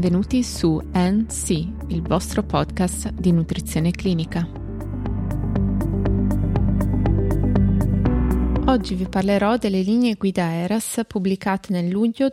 benvenuti su NC, il vostro podcast di nutrizione clinica. Oggi vi parlerò delle linee guida ERAS pubblicate nel luglio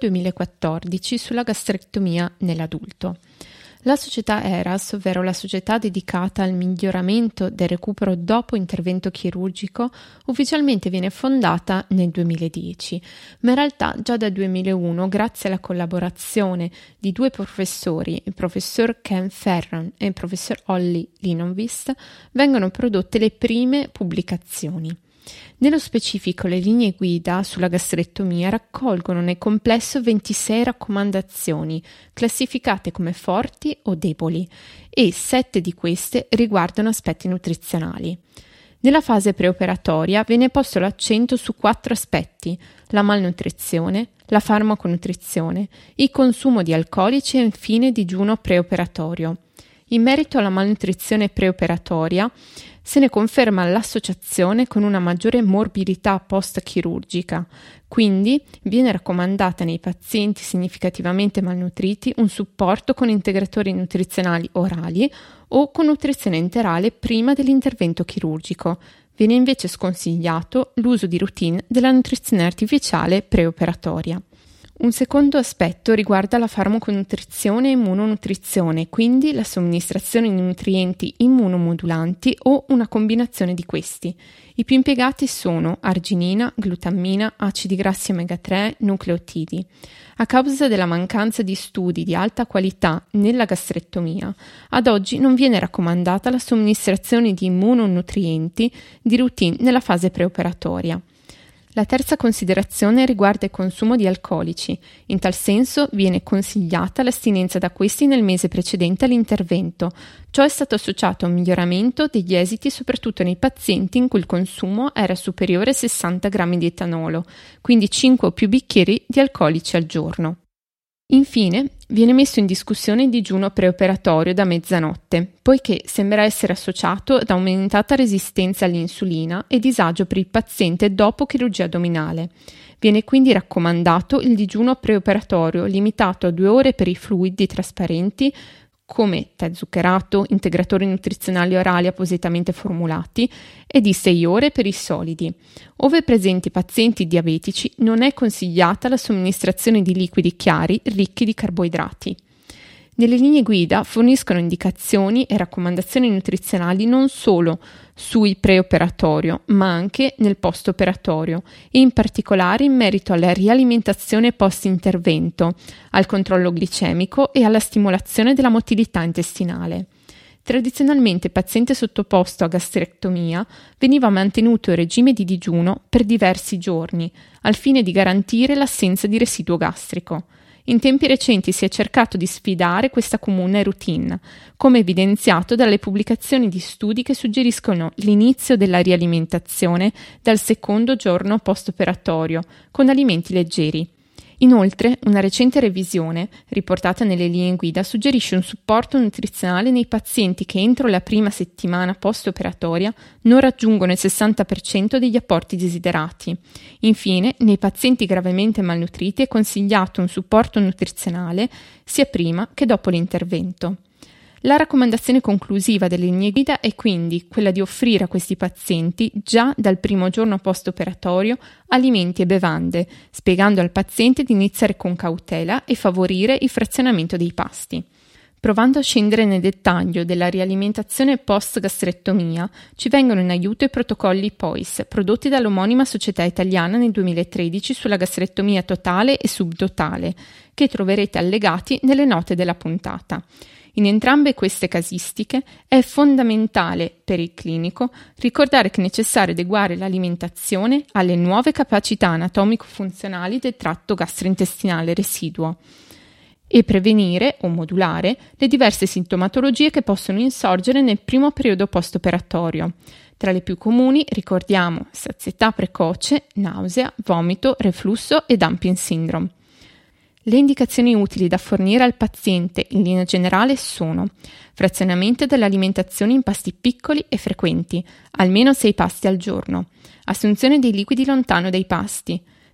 2014 sulla gastrectomia nell'adulto. La società ERAS, ovvero la società dedicata al miglioramento del recupero dopo intervento chirurgico, ufficialmente viene fondata nel 2010, ma in realtà già dal 2001, grazie alla collaborazione di due professori, il professor Ken Ferran e il professor Olli Lindqvist, vengono prodotte le prime pubblicazioni. Nello specifico, le linee guida sulla gastrectomia raccolgono nel complesso 26 raccomandazioni, classificate come forti o deboli, e 7 di queste riguardano aspetti nutrizionali. Nella fase preoperatoria viene posto l'accento su 4 aspetti: la malnutrizione, la farmaconutrizione, il consumo di alcolici e infine digiuno preoperatorio. In merito alla malnutrizione preoperatoria, se ne conferma l'associazione con una maggiore morbidità post-chirurgica, quindi viene raccomandata nei pazienti significativamente malnutriti un supporto con integratori nutrizionali orali o con nutrizione enterale prima dell'intervento chirurgico. Viene invece sconsigliato l'uso di routine della nutrizione artificiale preoperatoria. Un secondo aspetto riguarda la farmaconutrizione e immunonutrizione, quindi la somministrazione di nutrienti immunomodulanti o una combinazione di questi. I più impiegati sono arginina, glutammina, acidi grassi omega 3, nucleotidi. A causa della mancanza di studi di alta qualità nella gastrectomia, ad oggi non viene raccomandata la somministrazione di immunonutrienti di routine nella fase preoperatoria. La terza considerazione riguarda il consumo di alcolici. In tal senso viene consigliata l'astinenza da questi nel mese precedente all'intervento. Ciò è stato associato a un miglioramento degli esiti soprattutto nei pazienti in cui il consumo era superiore a 60 grammi di etanolo, quindi 5 o più bicchieri di alcolici al giorno. Infine, viene messo in discussione il digiuno preoperatorio da mezzanotte, poiché sembra essere associato ad aumentata resistenza all'insulina e disagio per il paziente dopo chirurgia addominale. Viene quindi raccomandato il digiuno preoperatorio limitato a 2 ore per i fluidi trasparenti, come tè zuccherato, integratori nutrizionali orali appositamente formulati, e di 6 ore per i solidi. Ove presenti pazienti diabetici, non è consigliata la somministrazione di liquidi chiari ricchi di carboidrati. Nelle linee guida forniscono indicazioni e raccomandazioni nutrizionali non solo sul preoperatorio, ma anche nel post-operatorio e in particolare in merito alla rialimentazione post-intervento, al controllo glicemico e alla stimolazione della motilità intestinale. Tradizionalmente il paziente sottoposto a gastrectomia veniva mantenuto in regime di digiuno per diversi giorni, al fine di garantire l'assenza di residuo gastrico. In tempi recenti si è cercato di sfidare questa comune routine, come evidenziato dalle pubblicazioni di studi che suggeriscono l'inizio della rialimentazione dal secondo giorno post-operatorio, con alimenti leggeri. Inoltre, una recente revisione, riportata nelle linee guida, suggerisce un supporto nutrizionale nei pazienti che entro la prima settimana post-operatoria non raggiungono il 60% degli apporti desiderati. Infine, nei pazienti gravemente malnutriti è consigliato un supporto nutrizionale sia prima che dopo l'intervento. La raccomandazione conclusiva delle linee guida è quindi quella di offrire a questi pazienti, già dal primo giorno post-operatorio, alimenti e bevande, spiegando al paziente di iniziare con cautela e favorire il frazionamento dei pasti. Provando a scendere nel dettaglio della rialimentazione post-gastrectomia, ci vengono in aiuto i protocolli POIS, prodotti dall'omonima società italiana nel 2013 sulla gastrectomia totale e subtotale, che troverete allegati nelle note della puntata. In entrambe queste casistiche è fondamentale per il clinico ricordare che è necessario adeguare l'alimentazione alle nuove capacità anatomico-funzionali del tratto gastrointestinale residuo e prevenire o modulare le diverse sintomatologie che possono insorgere nel primo periodo post-operatorio. Tra le più comuni ricordiamo sazietà precoce, nausea, vomito, reflusso e dumping syndrome. Le indicazioni utili da fornire al paziente in linea generale sono frazionamento dell'alimentazione in pasti piccoli e frequenti, almeno 6 pasti al giorno, assunzione dei liquidi lontano dai pasti,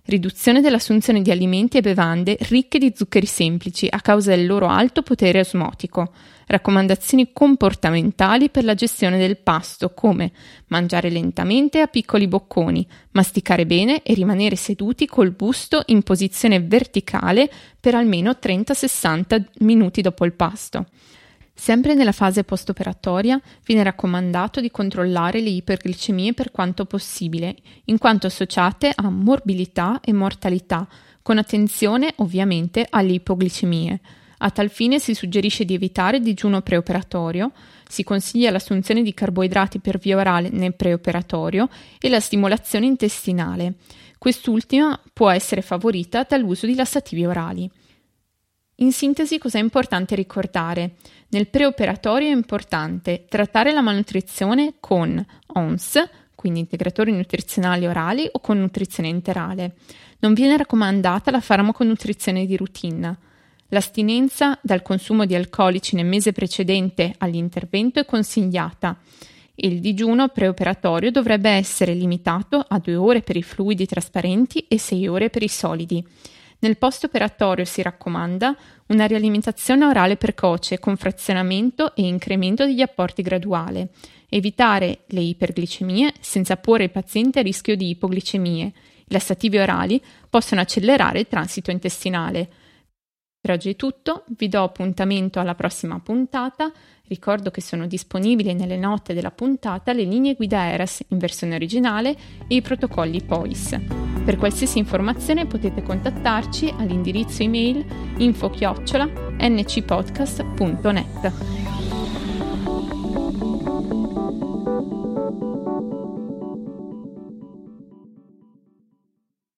riduzione dell'assunzione di alimenti e bevande ricche di zuccheri semplici a causa del loro alto potere osmotico, raccomandazioni comportamentali per la gestione del pasto come mangiare lentamente a piccoli bocconi, masticare bene e rimanere seduti col busto in posizione verticale per almeno 30-60 minuti dopo il pasto. Sempre nella fase post-operatoria viene raccomandato di controllare le iperglicemie per quanto possibile, in quanto associate a morbilità e mortalità, con attenzione ovviamente alle ipoglicemie. A tal fine si suggerisce di evitare il digiuno preoperatorio, si consiglia l'assunzione di carboidrati per via orale nel preoperatorio e la stimolazione intestinale. Quest'ultima può essere favorita dall'uso di lassativi orali. In sintesi, cosa è importante ricordare? Nel preoperatorio è importante trattare la malnutrizione con ONS, quindi integratori nutrizionali orali o con nutrizione enterale. Non viene raccomandata la farmaconutrizione di routine. L'astinenza dal consumo di alcolici nel mese precedente all'intervento è consigliata e il digiuno preoperatorio dovrebbe essere limitato a 2 ore per i fluidi trasparenti e 6 ore per i solidi. Nel post-operatorio si raccomanda una rialimentazione orale precoce con frazionamento e incremento degli apporti graduale, evitare le iperglicemie senza porre il paziente a rischio di ipoglicemie. I lassativi orali possono accelerare il transito intestinale. Per oggi è tutto, vi do appuntamento alla prossima puntata. Ricordo che sono disponibili nelle note della puntata le linee guida ERAS in versione originale e i protocolli POIS. Per qualsiasi informazione potete contattarci all'indirizzo email info@ncpodcast.net.